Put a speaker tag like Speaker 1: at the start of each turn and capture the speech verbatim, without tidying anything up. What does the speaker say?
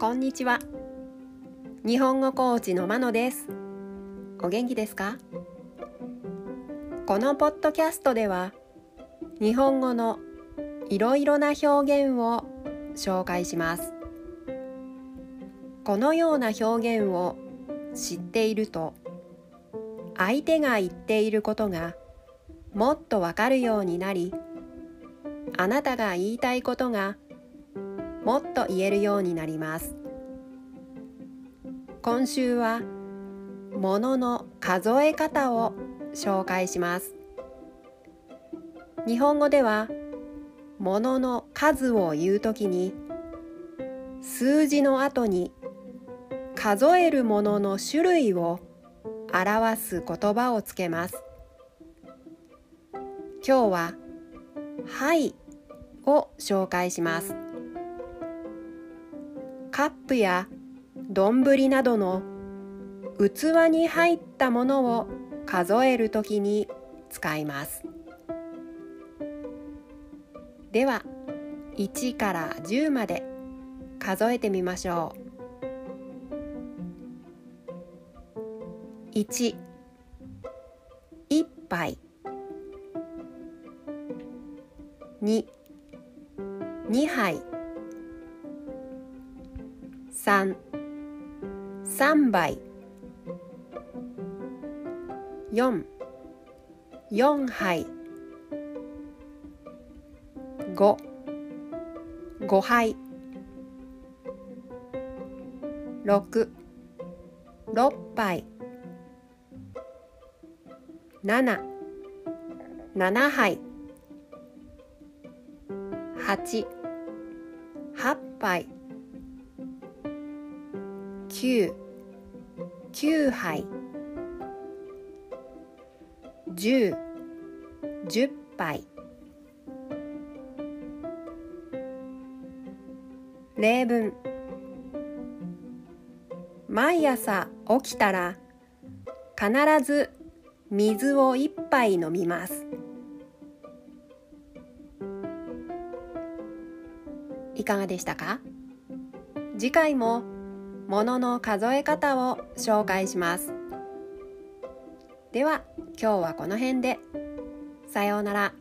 Speaker 1: こんにちは。日本語コーチのまのです。お元気ですか？このポッドキャストでは日本語のいろいろな表現を紹介します。このような表現を知っていると、相手が言っていることがもっとわかるようになり、あなたが言いたいことがもっと言えるようになります。今週は物の数え方を紹介します。日本語では物の数を言うときに、数字の後に数えるものの種類を表す言葉をつけます。今日ははいを紹介します。カップや丼などの器に入ったものを数えるときに使います。では、いちからじゅうまで数えてみましょう。いち、いっぱい。に、にはい。さん、さんばい。よん、よんはい。ご、ごはい。ろく、ろっぱい。なな、ななはい。はち、はっぱい。きゅう、きゅうはい。じゅう、じゅっぱい。例文。毎朝起きたら必ず水を一杯飲みます。いかがでしたか？次回も物の数え方を紹介します。では、今日はこの辺で。さようなら。